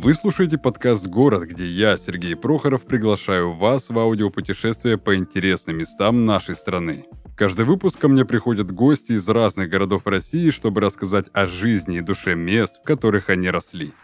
Вы слушаете подкаст «Город», где я, Сергей Прохоров, приглашаю вас в аудиопутешествие по интересным местам нашей страны. Каждый выпуск ко мне приходят гости из разных городов России, чтобы рассказать о жизни и душе мест, в которых они росли.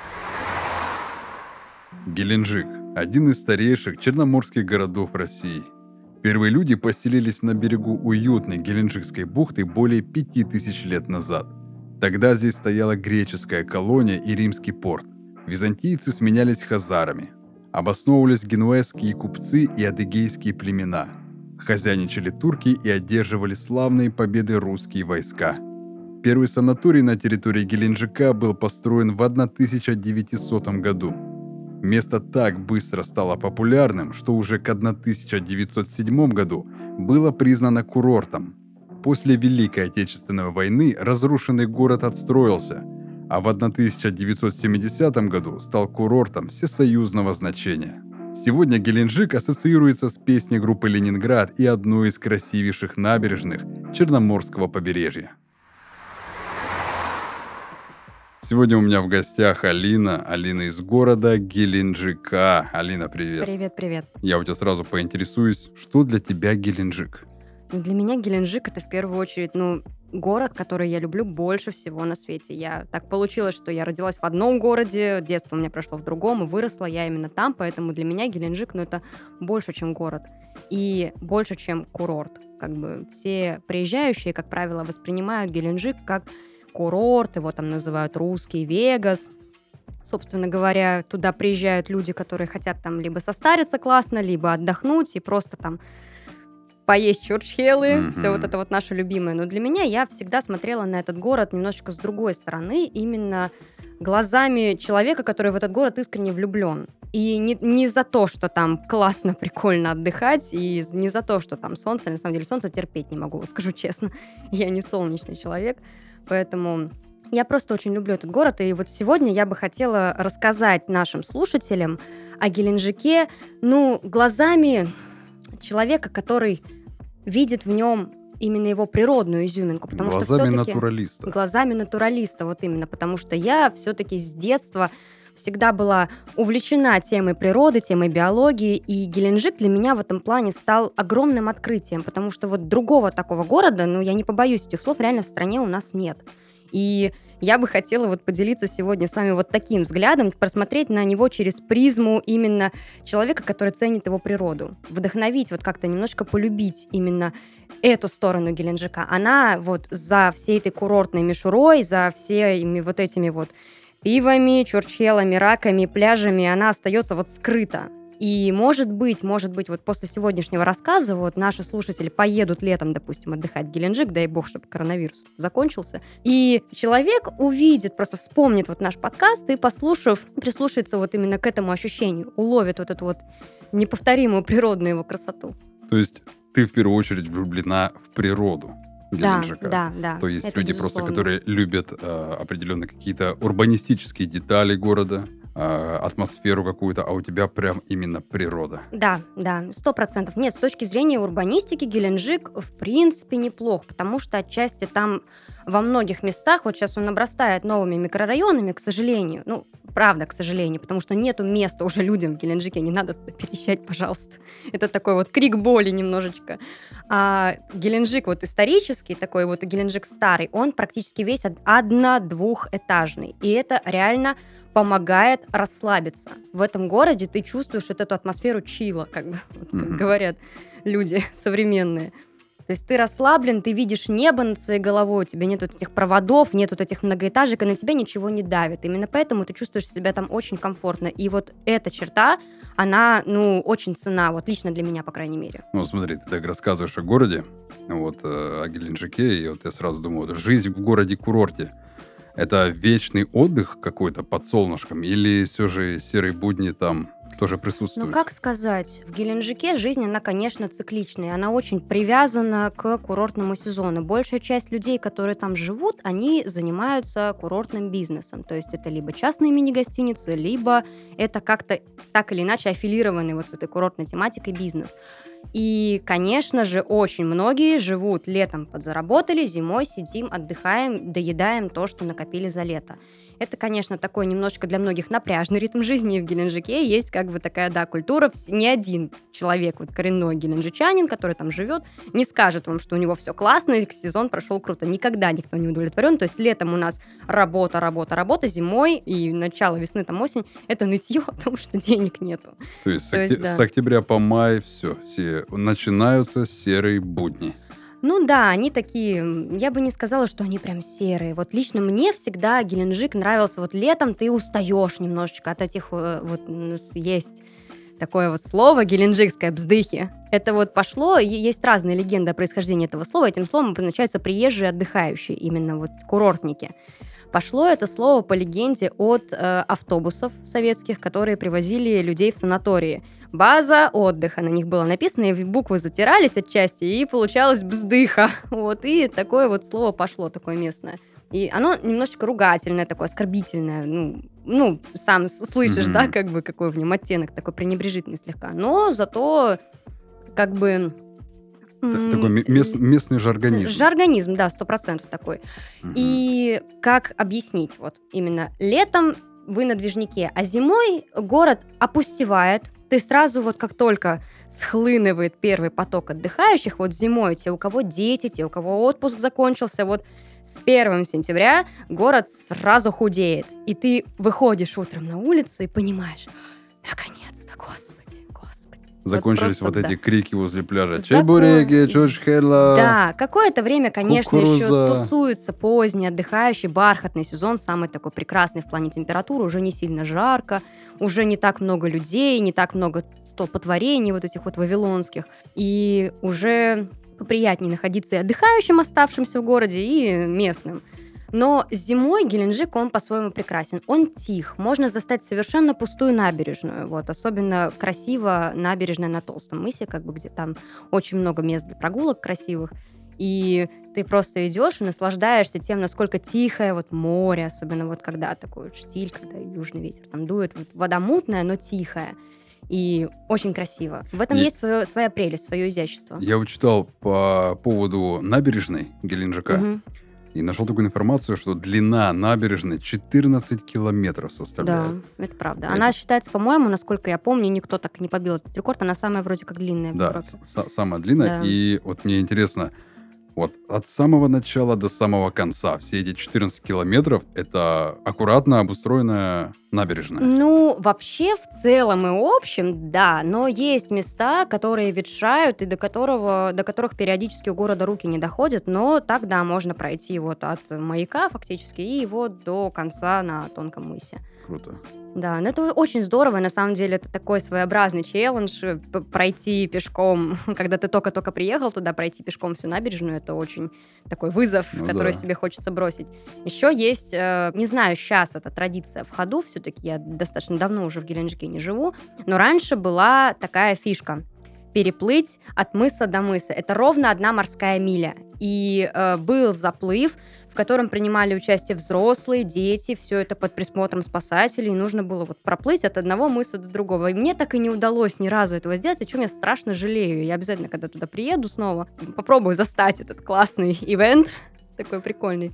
Геленджик – один из старейших черноморских городов России. Первые люди поселились на берегу уютной Геленджикской бухты более 5000 лет назад. Тогда здесь стояла греческая колония и римский порт. Византийцы сменялись хазарами. Обосновывались генуэзские купцы и адыгейские племена. Хозяйничали турки и одерживали славные победы русские войска. Первый санаторий на территории Геленджика был построен в 1900 году. Место так быстро стало популярным, что уже к 1907 году было признано курортом. После Великой Отечественной войны разрушенный город отстроился, а в 1970 году стал курортом всесоюзного значения. Сегодня Геленджик ассоциируется с песней группы «Ленинград» и одной из красивейших набережных Черноморского побережья. Сегодня у меня в гостях Алина из города Геленджика. Алина, привет. Привет. Я у тебя сразу поинтересуюсь, что для тебя Геленджик? Для меня Геленджик — это в первую очередь, город, который я люблю больше всего на свете. Так получилось, что я родилась в одном городе, детство у меня прошло в другом, и выросла я именно там, поэтому для меня Геленджик, это больше, чем город. И больше, чем курорт. Все приезжающие, как правило, воспринимают Геленджик как курорт, его там называют русский Вегас. Собственно говоря, туда приезжают люди, которые хотят там либо состариться классно, либо отдохнуть и просто там поесть чурчхелы, все вот это вот наше любимое. Но для меня я всегда смотрела на этот город немножечко с другой стороны, именно глазами человека, который в этот город искренне влюблен. И не за то, что там классно, прикольно отдыхать, и не за то, что там солнце. На самом деле солнце терпеть не могу, вот скажу честно. Я не солнечный человек, поэтому я просто очень люблю этот город. И вот сегодня я бы хотела рассказать нашим слушателям о Геленджике, глазами человека, который видит в нем именно его природную изюминку. Потому глазами что натуралиста. Глазами натуралиста, вот именно. Потому что я все-таки с детства всегда была увлечена темой природы, темой биологии, и Геленджик для меня в этом плане стал огромным открытием, потому что вот другого такого города, я не побоюсь этих слов, реально в стране у нас нет. И я бы хотела поделиться сегодня с вами вот таким взглядом, просмотреть на него через призму именно человека, который ценит его природу. Вдохновить, как-то немножко полюбить именно эту сторону Геленджика. Она за всей этой курортной мишурой, за всеми этими пивами, чурчхелами, раками, пляжами, она остается скрыта. И может быть, после сегодняшнего рассказа наши слушатели поедут летом, допустим, отдыхать в Геленджик, дай бог, чтобы коронавирус закончился, и человек увидит, просто вспомнит наш подкаст и, прислушается именно к этому ощущению, уловит эту неповторимую природную его красоту. То есть ты в первую очередь влюблена в природу Геленджика? Да. То есть это люди безусловно. просто, которые любят определенно какие-то урбанистические детали города, атмосферу какую-то, а у тебя прям именно природа. Да, 100%. Нет, с точки зрения урбанистики Геленджик в принципе неплох, потому что отчасти там во многих местах, сейчас он обрастает новыми микрорайонами, к сожалению. Правда, к сожалению, потому что нету места уже людям в Геленджике, не надо туда переезжать, пожалуйста. Это такой крик боли немножечко. А Геленджик исторический, такой Геленджик старый, он практически весь одно-двухэтажный. И это реально помогает расслабиться. В этом городе ты чувствуешь эту атмосферу чила, как говорят люди современные. То есть ты расслаблен, ты видишь небо над своей головой, у тебя нет этих проводов, нет этих многоэтажек, и на тебя ничего не давит. Именно поэтому ты чувствуешь себя там очень комфортно. И эта черта, она, очень ценна, лично для меня, по крайней мере. Смотри, ты так рассказываешь о городе, о Геленджике, и я сразу думаю, жизнь в городе-курорте. Это вечный отдых какой-то под солнышком или все же серые будни там тоже присутствуют? Как сказать, в Геленджике жизнь, она, конечно, цикличная, она очень привязана к курортному сезону. Большая часть людей, которые там живут, они занимаются курортным бизнесом, то есть это либо частные мини-гостиницы, либо это как-то так или иначе аффилированный с этой курортной тематикой бизнес. И, конечно же, очень многие живут летом подзаработали, зимой сидим, отдыхаем, доедаем то, что накопили за лето. Это, конечно, такой немножечко для многих напряжный ритм жизни. И в Геленджике есть как бы такая, да, культура. Ни один человек, вот коренной геленджичанин, который там живет, не скажет вам, что у него все классно, и сезон прошел круто. Никогда никто не удовлетворен. То есть летом у нас работа, работа, работа, зимой и начало весны, там осень, это нытье, потому что денег нету. То есть с октября по май все начинаются серые будни. Ну да, они такие, я бы не сказала, что они прям серые. Вот лично мне всегда Геленджик нравился. Вот летом ты устаешь немножечко от этих, вот есть такое вот слово геленджикское, бздыхи. Это вот пошло, есть разные легенды о происхождении этого слова. Этим словом обозначаются приезжие отдыхающие, именно вот курортники. Пошло это слово по легенде от автобусов советских, которые привозили людей в санатории. База отдыха на них было написано, и буквы затирались отчасти, и получалось бздыха. Вот, и такое вот слово пошло, такое местное. И оно немножечко ругательное, такое оскорбительное. Ну сам слышишь, да, как бы какой в нем оттенок, такой пренебрежительный слегка. Но зато как бы... Такой местный жаргонизм. Жаргонизм, да, 100% такой. И как объяснить? Вот именно летом вы на движнике, а зимой город опустевает. Ты сразу вот как только схлынывает первый поток отдыхающих, вот зимой те, у кого дети, те, у кого отпуск закончился, вот с 1 сентября город сразу худеет. И ты выходишь утром на улицу и понимаешь, наконец-то, господи. Закончились вот эти крики возле пляжа. Чебуреки, чучхела. Да, какое-то время, конечно, кукуруза. Еще тусуется поздний, отдыхающий, бархатный сезон, самый такой прекрасный в плане температуры, уже не сильно жарко, уже не так много людей, не так много столпотворений вот этих вот вавилонских, и уже поприятнее находиться и отдыхающим, оставшимся в городе, и местным. Но зимой Геленджик, он по-своему прекрасен. Он тих. Можно застать совершенно пустую набережную. Вот. Особенно красиво набережная на Толстом мысе, как бы, где там очень много мест для прогулок красивых. И ты просто идешь и наслаждаешься тем, насколько тихое вот море, особенно вот когда такой штиль, когда южный ветер там дует. Вот вода мутная, но тихая. И очень красиво. В этом есть своя прелесть, свое изящество. Я читал по поводу набережной Геленджика. И нашел такую информацию, что длина набережной 14 километров составляет. Да, это правда. Она считается, по-моему, насколько я помню, никто так не побил этот рекорд, она самая вроде как длинная в Европе. Да, самая длинная. Да. И вот мне интересно, вот от самого начала до самого конца все эти 14 километров — это аккуратно обустроенная набережная. Ну, вообще, в целом и общем, да, но есть места, которые ветшают и до которых периодически у города руки не доходят, но так, да, можно пройти вот от маяка фактически и вот до конца на Тонком мысе. Круто. Да, но это очень здорово, и на самом деле это такой своеобразный челлендж, пройти пешком, когда ты только-только приехал туда, пройти пешком всю набережную, это очень такой вызов, который себе хочется бросить. Еще есть, не знаю, сейчас эта традиция в ходу, все-таки я достаточно давно уже в Геленджике не живу, но раньше была такая фишка — переплыть от мыса до мыса. Это ровно 1 морская миля. И был заплыв, в котором принимали участие взрослые, дети, все это под присмотром спасателей. И нужно было вот проплыть от одного мыса до другого. И мне так и не удалось ни разу этого сделать, о чем я страшно жалею. Я обязательно, когда туда приеду снова, попробую застать этот классный ивент, такой прикольный.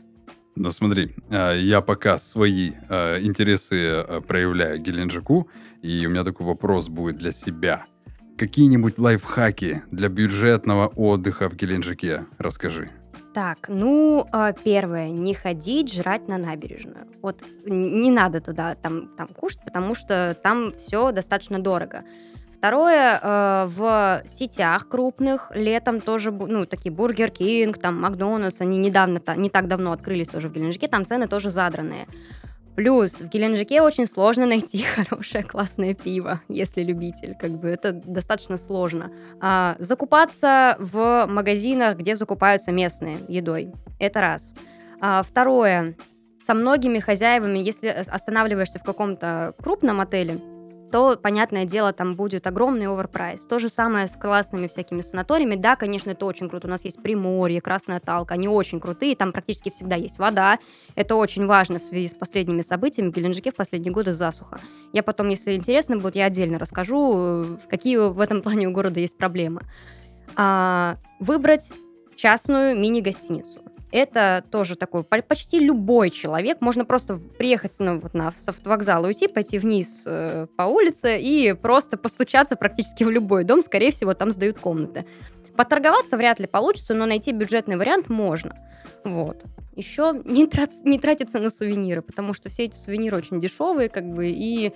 Ну смотри, я пока свои интересы проявляю Геленджику, и у меня такой вопрос будет для себя. Какие-нибудь лайфхаки для бюджетного отдыха в Геленджике? Расскажи. Так, первое, не ходить жрать на набережную. Вот не надо туда там кушать, потому что там все достаточно дорого. Второе, в сетях крупных летом тоже, такие Бургер Кинг, там Макдональдс, они не так давно открылись тоже в Геленджике, там цены тоже задранные. Плюс в Геленджике очень сложно найти хорошее классное пиво, если любитель, это достаточно сложно. Закупаться в магазинах, где закупаются местные едой, это раз. Второе, со многими хозяевами, если останавливаешься в каком-то крупном отеле, то, понятное дело, там будет огромный оверпрайс. То же самое с классными всякими санаториями. Да, конечно, это очень круто. У нас есть Приморье, Красная Талка, они очень крутые, там практически всегда есть вода. Это очень важно в связи с последними событиями. В Геленджике в последние годы засуха. Я потом, если интересно будет, я отдельно расскажу, какие в этом плане у города есть проблемы. Выбрать частную мини-гостиницу. Это тоже такой почти любой человек. Можно просто приехать с автовокзала, уйти, пойти вниз по улице и просто постучаться практически в любой дом. Скорее всего, там сдают комнаты. Поторговаться вряд ли получится, но найти бюджетный вариант можно. Вот. Еще не тратиться на сувениры, потому что все эти сувениры очень дешевые, и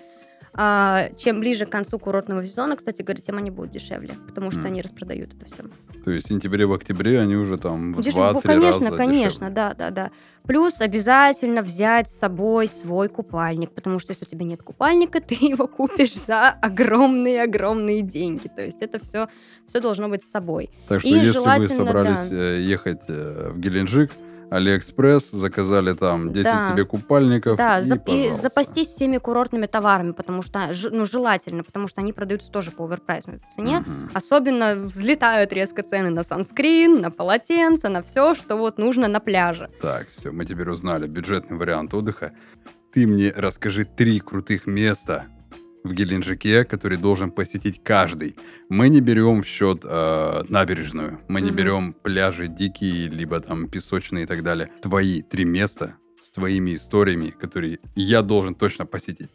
чем ближе к концу курортного сезона, кстати говоря, тем они будут дешевле, потому что они распродают это все. То есть в сентябре, в октябре они уже там в 2-3 конечно, раза конечно, дешевле. да. Плюс обязательно взять с собой свой купальник, потому что если у тебя нет купальника, ты его купишь за огромные-огромные деньги. То есть это все должно быть с собой. Так что если вы собрались ехать в Геленджик, Алиэкспресс, заказали там 10 себе купальников. Да, и запастись всеми курортными товарами, потому что, желательно, потому что они продаются тоже по оверпрайсной цене. Особенно взлетают резко цены на санскрин, на полотенца, на все, что нужно на пляже. Так, все, мы теперь узнали бюджетный вариант отдыха. Ты мне расскажи 3 крутых места в Геленджике, который должен посетить каждый. Мы не берем в счет набережную, мы не берем пляжи дикие, либо там песочные и так далее. Твои 3 места с твоими историями, которые я должен точно посетить.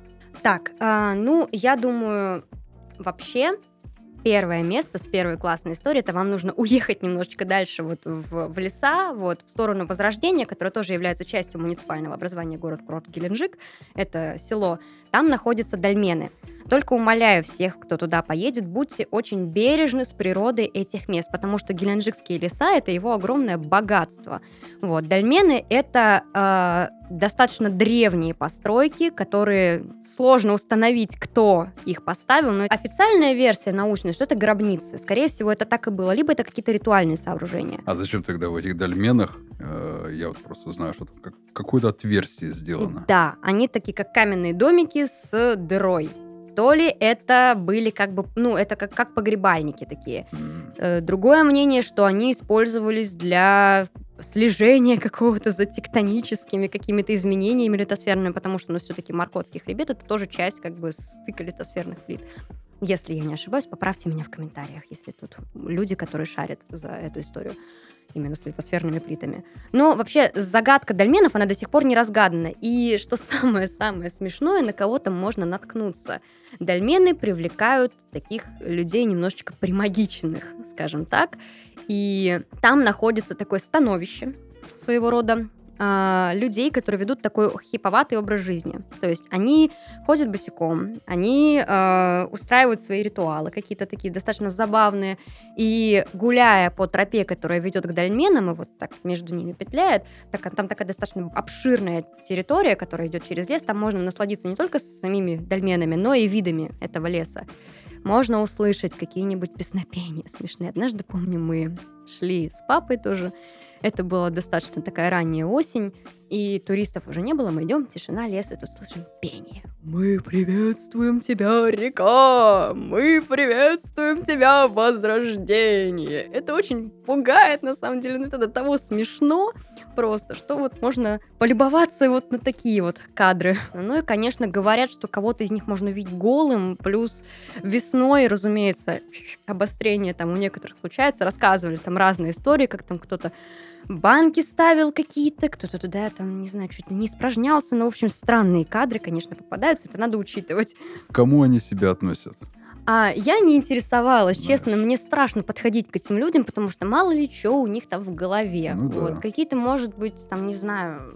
Так, я думаю, вообще первое место с первой классной историей, это вам нужно уехать немножечко дальше в леса, в сторону Возрождения, которое тоже является частью муниципального образования город-курорт Геленджик. Это село. Там находятся дольмены. Только умоляю всех, кто туда поедет, будьте очень бережны с природой этих мест, потому что геленджикские леса — это его огромное богатство. Дольмены — это достаточно древние постройки, которые сложно установить, кто их поставил, но официальная версия научная, что это гробницы. Скорее всего, это так и было, либо это какие-то ритуальные сооружения. А зачем тогда в этих дольменах, я просто знаю, что там какое-то отверстие сделано? Да, они такие, как каменные домики с дырой. То ли это были это как погребальники такие. Другое мнение, что они использовались для слежения какого-то за тектоническими какими-то изменениями литосферными, потому что, все-таки Маркотский хребет — это тоже часть стыка литосферных плит. Если я не ошибаюсь, поправьте меня в комментариях, если тут люди, которые шарят за эту историю именно с литосферными плитами. Но вообще загадка дольменов, она до сих пор не разгадана. И что самое-самое смешное, на кого-то можно наткнуться. Дольмены привлекают таких людей немножечко примагиченных, скажем так. И там находится такое становище своего рода людей, которые ведут такой хиповатый образ жизни. То есть они ходят босиком, они устраивают свои ритуалы, какие-то такие достаточно забавные, и гуляя по тропе, которая ведет к дольменам, и так между ними петляет, там такая достаточно обширная территория, которая идет через лес, там можно насладиться не только самими дольменами, но и видами этого леса. Можно услышать какие-нибудь песнопения смешные. Однажды, помню, мы шли с папой тоже. Это была достаточно такая ранняя осень, и туристов уже не было. Мы идем, тишина, лес, и тут слышим пение. «Мы приветствуем тебя, река! Мы приветствуем тебя, Возрождение!» Это очень пугает, на самом деле. Это до того смешно просто, что можно полюбоваться на такие кадры. Ну и, конечно, говорят, что кого-то из них можно увидеть голым, плюс весной, разумеется, обострение у некоторых случается. Рассказывали разные истории, как кто-то банки ставил какие-то, кто-то туда, не знаю, чуть не испражнялся. В общем, странные кадры, конечно, попадаются, это надо учитывать. К кому они себя относят? Я не интересовалась, честно, мне страшно подходить к этим людям, потому что мало ли что у них там в голове. Да. Какие-то, может быть, не знаю,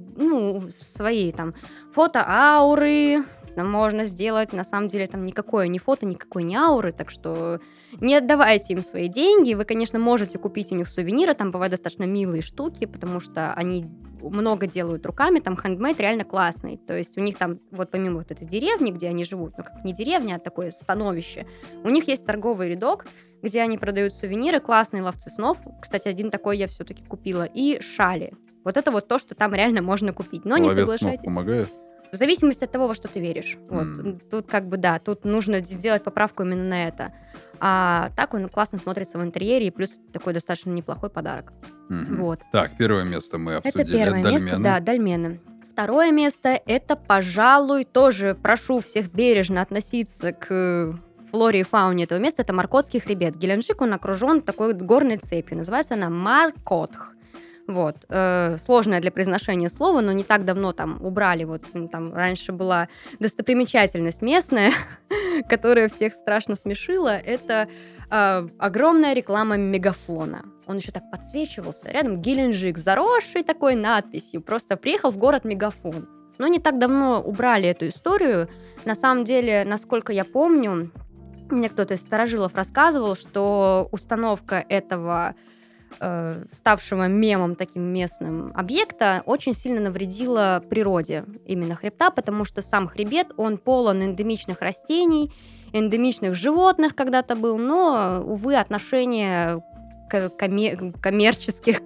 свои фото-ауры можно сделать. На самом деле там никакое не фото, никакой не ауры, так что не отдавайте им свои деньги. Вы, конечно, можете купить у них сувениры, там бывают достаточно милые штуки, потому что они много делают руками, там хендмейд реально классный. То есть у них там, помимо этой деревни, где они живут, как не деревня, а такое становище, у них есть торговый рядок, где они продают сувениры, классные ловцы снов. Кстати, один такой я все-таки купила. И шали. Это то, что там реально можно купить. Но не соглашайтесь. Ловец снов помогает? В зависимости от того, во что ты веришь. Тут тут нужно сделать поправку именно на это. А так он классно смотрится в интерьере, и плюс такой достаточно неплохой подарок. Так, первое место мы обсудили. Это первое место, да, дольмены. Второе место, это, пожалуй, тоже прошу всех бережно относиться к флоре и фауне этого места, это Маркотский хребет. Геленджик, он окружен такой горной цепью, называется она Маркотх. Вот. Сложное для произношения слово, но не так давно там убрали. Вот там раньше была достопримечательность местная, которая всех страшно смешила. Это огромная реклама Мегафона. Он еще так подсвечивался. Рядом Геленджик, заросший такой надписью. Просто приехал в город Мегафон. Но не так давно убрали эту историю. На самом деле, насколько я помню, мне кто-то из старожилов рассказывал, что установка этого ставшего мемом таким местным объекта очень сильно навредила природе именно хребта, потому что сам хребет, он полон эндемичных растений, эндемичных животных когда-то был, но, увы, отношение коммерческих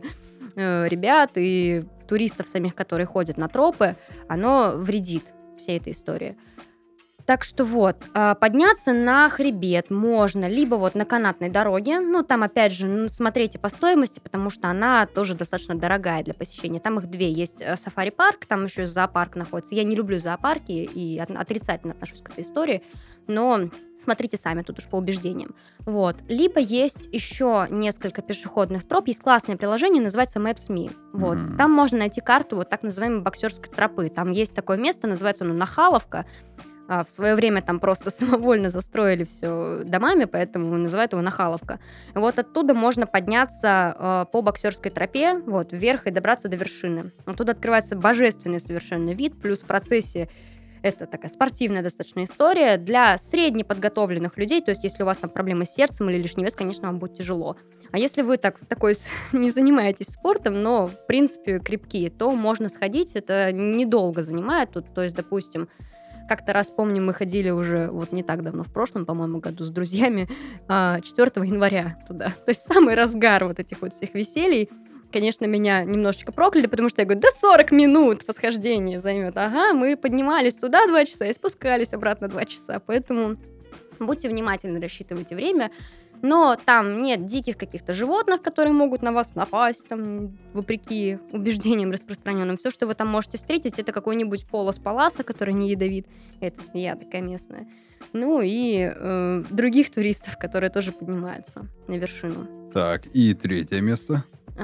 ребят и туристов самих, которые ходят на тропы, оно вредит всей этой истории. Так что вот, подняться на хребет можно либо вот на канатной дороге, ну, там, опять же, смотрите по стоимости, потому что она тоже достаточно дорогая для посещения. Там их две. Есть сафари-парк, там еще и зоопарк находится. Я не люблю зоопарки и отрицательно отношусь к этой истории, но смотрите сами, тут уж по убеждениям. Вот. Либо есть еще несколько пешеходных троп. Есть классное приложение, называется Maps.me. Вот. Там можно найти карту вот так называемой боксерской тропы. Там есть такое место, называется оно Нахаловка. В свое время там просто самовольно застроили все домами, поэтому называют его Нахаловка. Вот оттуда можно подняться по боксерской тропе вот, вверх и добраться до вершины. Оттуда открывается божественный совершенно вид, плюс в процессе это такая спортивная достаточно история для среднеподготовленных людей, то есть если у вас там проблемы с сердцем или лишний вес, конечно, вам будет тяжело. А если вы не занимаетесь спортом, но, в принципе, крепкие, то можно сходить, это недолго занимает, то есть, допустим, как-то раз, помню, мы ходили уже вот не так давно, в прошлом, по-моему, году с друзьями, 4 января туда. То есть самый разгар вот этих вот всех веселий. Конечно, меня немножечко прокляли, потому что я говорю, 40 минут восхождения займет. Ага, мы поднимались туда 2 часа и спускались обратно 2 часа. Поэтому будьте внимательны, рассчитывайте время. Но там нет диких каких-то животных, которые могут на вас напасть, там, вопреки убеждениям распространенным. Все, что вы там можете встретить, это какой-нибудь полос паласа, который не ядовит. Это змея такая местная. Ну и других туристов, которые тоже поднимаются на вершину. Так, и третье место?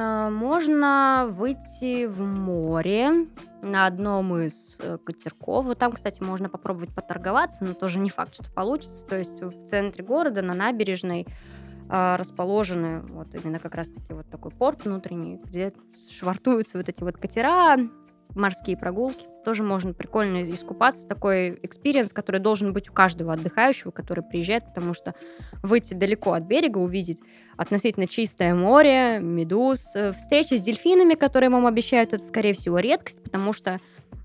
Можно выйти в море на одном из катерков. Вот там, кстати, можно попробовать поторговаться, но тоже не факт, что получится. То есть в центре города, на набережной, расположены вот именно как раз-таки вот такой порт внутренний, где швартуются вот эти вот катера, морские прогулки. Тоже можно прикольно искупаться. Такой экспириенс, который должен быть у каждого отдыхающего, который приезжает, потому что выйти далеко от берега, увидеть относительно чистое море, медуз, встречи с дельфинами, которые вам обещают, это, скорее всего, редкость, потому что,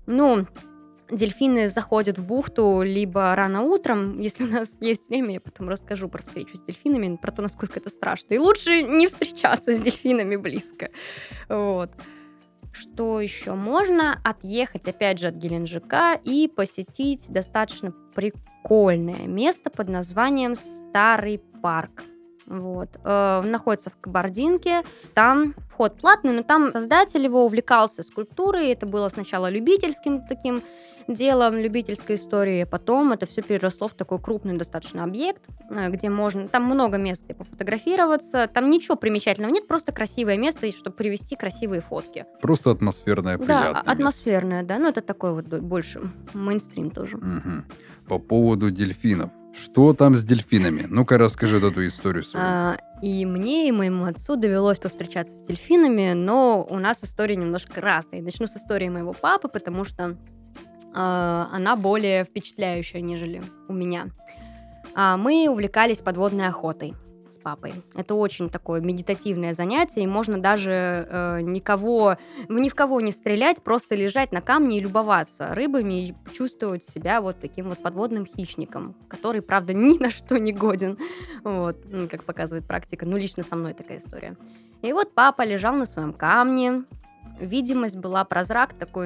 дельфины заходят в бухту либо рано утром. Если у нас есть время, я потом расскажу про встречу с дельфинами, про то, насколько это страшно. И лучше не встречаться с дельфинами близко. Вот. Что еще? Можно отъехать, опять же, от Геленджика и посетить достаточно прикольное место под названием Старый парк. Вот. Находится в Кабардинке. Там вход платный, но там создатель его увлекался скульптурой. Это было сначала любительским таким делом, любительской историей. Потом это все переросло в такой крупный достаточно объект, где можно... Там много мест, где пофотографироваться. Там ничего примечательного нет, просто красивое место, чтобы привести красивые фотки. Просто атмосферное, приятное. Да, атмосферное, да. Ну, это такой вот больше мейнстрим тоже. Угу. По поводу дельфинов. Что там с дельфинами? Ну-ка, расскажи эту историю свою. И мне, и моему отцу довелось повстречаться с дельфинами, но у нас история немножко разная. Начну с истории моего папы, потому что она более впечатляющая, нежели у меня. Мы увлекались подводной охотой с папой. Это очень такое медитативное занятие, и можно даже ни в кого не стрелять, просто лежать на камне и любоваться рыбами, и чувствовать себя вот таким вот подводным хищником, который, правда, ни на что не годен, вот, как показывает практика. Лично со мной такая история. И вот папа лежал на своем камне, видимость была прозрак такой,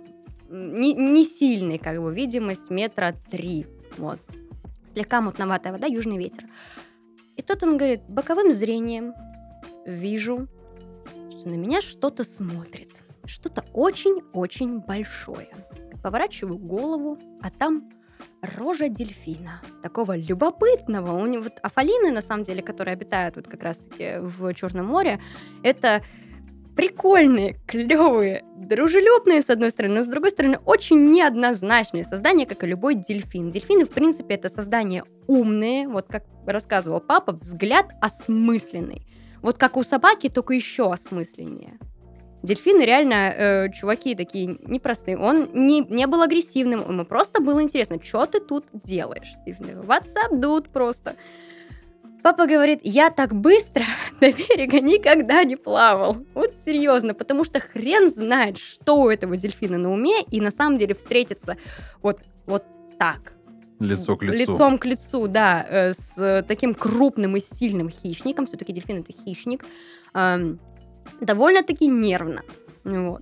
не сильный, видимость 3 метра, вот. Слегка мутноватая вода, южный ветер. И тут он говорит, боковым зрением вижу, что на меня что-то смотрит. Что-то очень-очень большое. Поворачиваю голову, а там рожа дельфина. Такого любопытного. У него афалины, на самом деле, которые обитают вот как раз-таки в Черном море, это прикольные, клевые, дружелюбные, с одной стороны, но с другой стороны, очень неоднозначные создания, как и любой дельфин. Дельфины, в принципе, это создания умные, вот как рассказывал папа, взгляд осмысленный. Вот как у собаки, только еще осмысленнее. Дельфины реально чуваки такие непростые. Он не был агрессивным, ему просто было интересно, что ты тут делаешь. WhatsApp dude просто. Папа говорит, я так быстро до берега никогда не плавал. Вот серьезно, потому что хрен знает, что у этого дельфина на уме, и на самом деле встретиться вот так. Лицо к лицу. Лицом к лицу, да, с таким крупным и сильным хищником. Все-таки дельфин — это хищник. Довольно-таки нервно. Вот.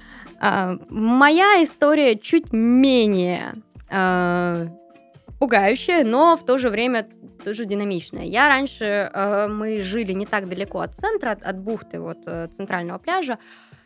Моя история чуть менее пугающая, но в то же время тоже динамичная. Я раньше, мы жили не так далеко от центра, от бухты, вот, центрального пляжа,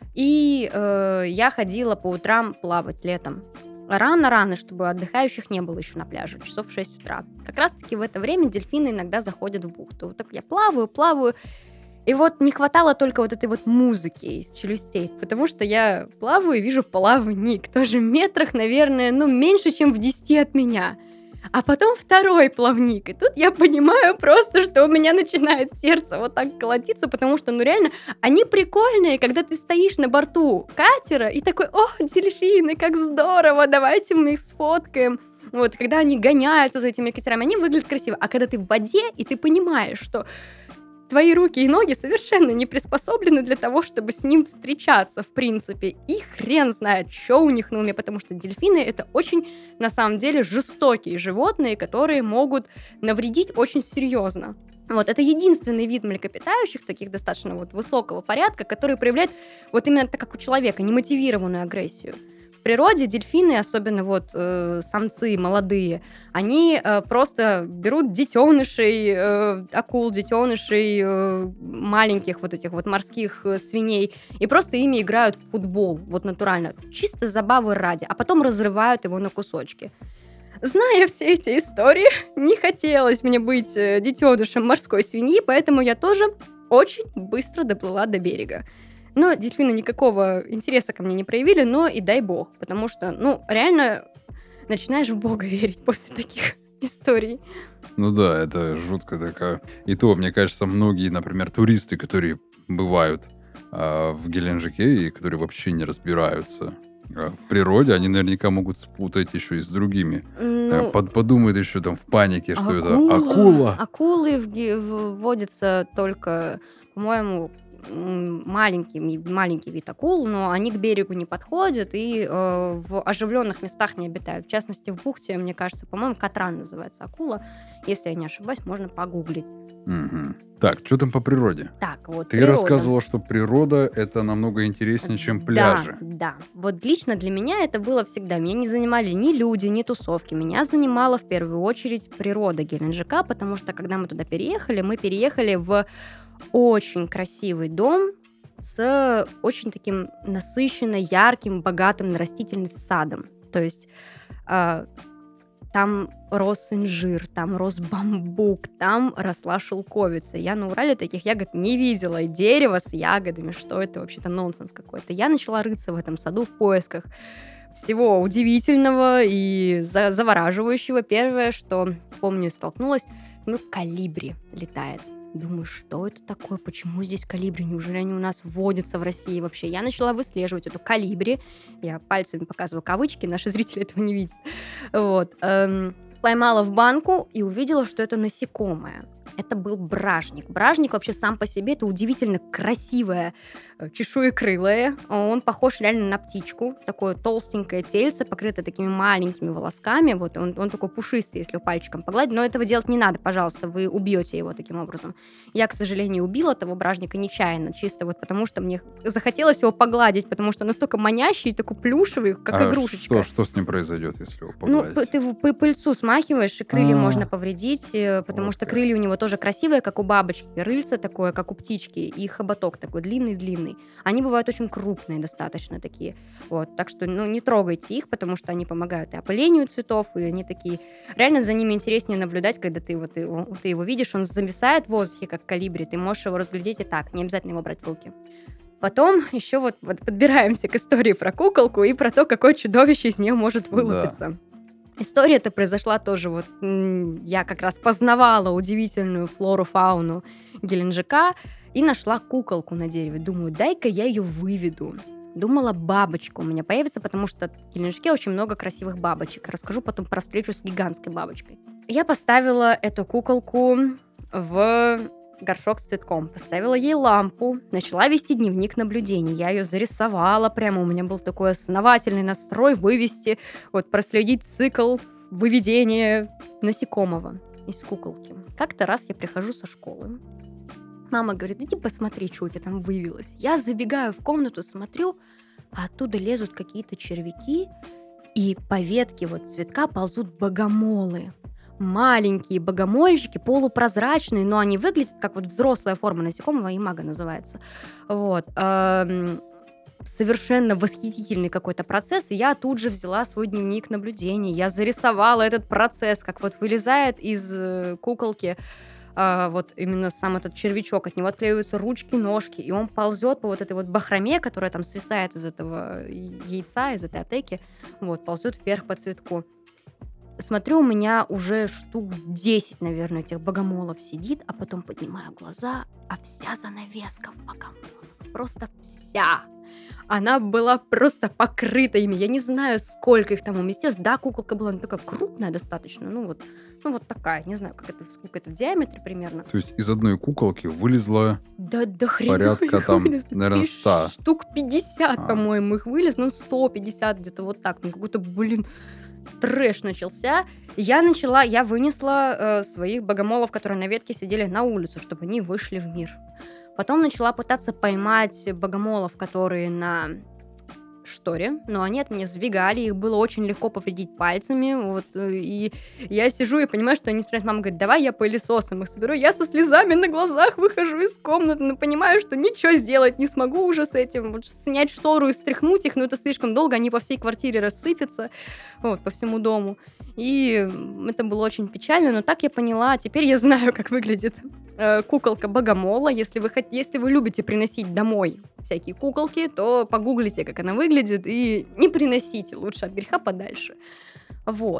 и я ходила по утрам плавать летом. Рано-рано, чтобы отдыхающих не было еще на пляже, часов в 6 утра. Как раз-таки в это время дельфины иногда заходят в бухту. Вот так я плаваю, и вот не хватало только вот этой вот музыки из челюстей, потому что я плаваю и вижу плавник, тоже метрах, наверное, меньше, чем в 10 от меня. А потом второй плавник, и тут я понимаю просто, что у меня начинает сердце вот так колотиться, потому что, реально, они прикольные, когда ты стоишь на борту катера и такой, о, дельфины, как здорово, давайте мы их сфоткаем. Вот, когда они гоняются за этими катерами, они выглядят красиво. А когда ты в воде, и ты понимаешь, что твои руки и ноги совершенно не приспособлены для того, чтобы с ним встречаться, в принципе. И хрен знает, что у них на уме, потому что дельфины — это очень, на самом деле, жестокие животные, которые могут навредить очень серьезно. Вот, это единственный вид млекопитающих, таких достаточно вот высокого порядка, который проявляет вот именно так, как у человека, немотивированную агрессию. В природе дельфины, особенно вот самцы молодые, они просто берут детенышей акул, детенышей маленьких вот этих вот морских свиней и просто ими играют в футбол, вот натурально, чисто забавы ради, а потом разрывают его на кусочки. Зная все эти истории, не хотелось мне быть детенышем морской свиньи, поэтому я тоже очень быстро доплыла до берега. Но дельфины никакого интереса ко мне не проявили, но и дай бог, потому что, реально начинаешь в Бога верить после таких историй. Ну да, это жутко такая. И то, мне кажется, многие, например, туристы, которые бывают в Геленджике и которые вообще не разбираются в природе, они наверняка могут спутать еще и с другими. Подумают еще там в панике, что это акула. Акулы вводятся только, по-моему, маленький вид акул, но они к берегу не подходят и в оживленных местах не обитают. В частности, в бухте, мне кажется, по-моему, катран называется акула. Если я не ошибаюсь, можно погуглить. Угу. Так, что там по природе? Так, вот Ты рассказывала, что природа — это намного интереснее, чем пляжи. Да. Вот лично для меня это было всегда. Меня не занимали ни люди, ни тусовки. Меня занимала в первую очередь природа Геленджика, потому что, когда мы туда переехали, мы переехали в очень красивый дом с очень таким насыщенно ярким, богатым на растительность садом. То есть там рос инжир, там рос бамбук, там росла шелковица. Я на Урале таких ягод не видела. И дерево с ягодами, что это вообще-то нонсенс какой-то. Я начала рыться в этом саду в поисках всего удивительного и завораживающего. Первое, что, помню, столкнулась, колибри летает. Думаю, что это такое? Почему здесь колибри? Неужели они у нас водятся в России вообще? Я начала выслеживать эту колибри. Я пальцами показываю кавычки, наши зрители этого не видят. Вот. Поймала в банку и увидела, что это насекомое. Это был бражник. Бражник вообще сам по себе это удивительно красивое чешуекрылое. Он похож реально на птичку. Такое толстенькое тельце, покрытое такими маленькими волосками. Вот он такой пушистый, если пальчиком погладить. Но этого делать не надо, пожалуйста, вы убьете его таким образом. Я, к сожалению, убила того бражника нечаянно, чисто вот потому, что мне захотелось его погладить, потому что он настолько манящий, такой плюшевый, как игрушечка. Что с ним произойдет, если его погладить? Ты пыльцу смахиваешь, и крылья можно повредить, потому что крылья у него тоже красивые, как у бабочки, рыльце такое, как у птички, и хоботок такой длинный-длинный. Они бывают очень крупные достаточно такие. Вот. Так что, не трогайте их, потому что они помогают и опылению цветов, и они такие... Реально за ними интереснее наблюдать, когда ты его видишь, он зависает в воздухе, как колибри, ты можешь его разглядеть и так, не обязательно его брать в руки. Потом еще вот подбираемся к истории про куколку и про то, какое чудовище из нее может вылупиться. История эта произошла тоже вот... Я как раз познавала удивительную флору-фауну Геленджика и нашла куколку на дереве. Думаю, дай-ка я ее выведу. Думала, бабочка у меня появится, потому что в Геленджике очень много красивых бабочек. Расскажу потом про встречу с гигантской бабочкой. Я поставила эту куколку в горшок с цветком, поставила ей лампу, начала вести дневник наблюдений. Я ее зарисовала прямо, у меня был такой основательный настрой вывести, вот проследить цикл выведения насекомого из куколки. Как-то раз я прихожу со школы, мама говорит, иди посмотри, что у тебя там вывелось. Я забегаю в комнату, смотрю, а оттуда лезут какие-то червяки, и по ветке вот цветка ползут богомолы. Маленькие богомольчики, полупрозрачные, но они выглядят как вот взрослая форма насекомого, имага называется. Вот. Совершенно восхитительный какой-то процесс, и я тут же взяла свой дневник наблюдений, я зарисовала этот процесс, как вот вылезает из куколки вот именно сам этот червячок, от него отклеиваются ручки, ножки, и он ползет по вот этой вот бахроме, которая там свисает из этого яйца, из этой атеки, вот, ползет вверх по цветку. Смотрю, у меня уже штук 10, наверное, этих богомолов сидит, а потом поднимаю глаза, а вся занавеска в богомолах. Просто вся. Она была просто покрыта ими. Я не знаю, сколько их там уместилось. Да, куколка была не такая крупная достаточно. Ну вот такая. Не знаю, сколько это в диаметре примерно. То есть из одной куколки вылезла порядка там, наверное, 100. Штук 50, по-моему, их вылез. 150 где-то вот так. Какой-то, трэш начался. Я вынесла своих богомолов, которые на ветке сидели, на улицу, чтобы они вышли в мир. Потом начала пытаться поймать богомолов, которые на шторе, но они от меня сбегали, их было очень легко повредить пальцами, вот, и я сижу и понимаю, что они спрашивают, мама говорит, давай я пылесосом их соберу, я со слезами на глазах выхожу из комнаты, но понимаю, что ничего сделать не смогу уже с этим, вот, снять штору и стряхнуть их, но это слишком долго, они по всей квартире рассыпятся, вот, по всему дому, и это было очень печально, но так я поняла, теперь я знаю, как выглядит куколка богомола. Если вы любите приносить домой всякие куколки, то погуглите, как она выглядит, и не приносите, лучше от греха подальше. Вот.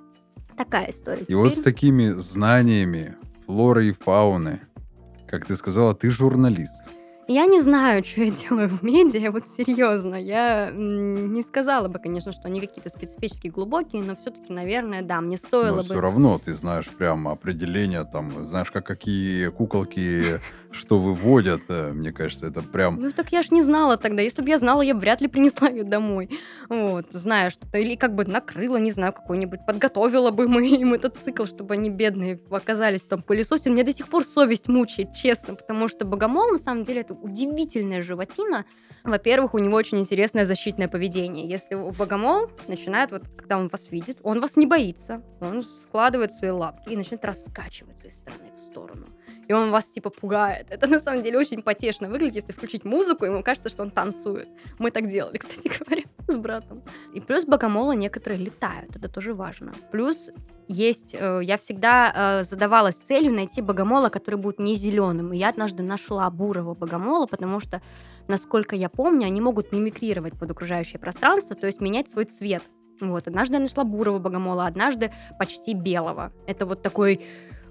Такая история. И вот с такими знаниями флоры и фауны, как ты сказала, ты журналист. Я не знаю, что я делаю в медиа, вот серьезно. Я не сказала бы, конечно, что они какие-то специфически глубокие, но все-таки, наверное, да, мне стоило бы... Но все равно ты знаешь прям определение, там, знаешь, какие куколки что выводят, мне кажется, это прям... Ну, так я ж не знала тогда. Если бы я знала, я бы вряд ли принесла ее домой. Вот, зная что-то. Или как бы накрыла, не знаю, какой-нибудь, подготовила бы мы им этот цикл, чтобы они, бедные, оказались в том пылесосе. Меня до сих пор совесть мучает, честно, потому что богомол, на самом деле, это удивительная животина. Во-первых, у него очень интересное защитное поведение. Если богомол начинает, вот, когда он вас видит, он вас не боится, он складывает свои лапки и начинает раскачиваться из стороны в сторону. И он вас, типа, пугает. Это, на самом деле, очень потешно выглядит, если включить музыку, ему кажется, что он танцует. Мы так делали, кстати говоря, с братом. И плюс богомолы некоторые летают, это тоже важно. Плюс есть... Я всегда задавалась целью найти богомола, который будет не зеленым. И я однажды нашла бурого богомола, потому что, насколько я помню, они могут мимикрировать под окружающее пространство, то есть менять свой цвет. Вот. Однажды я нашла бурого богомола, однажды почти белого. Это вот такой...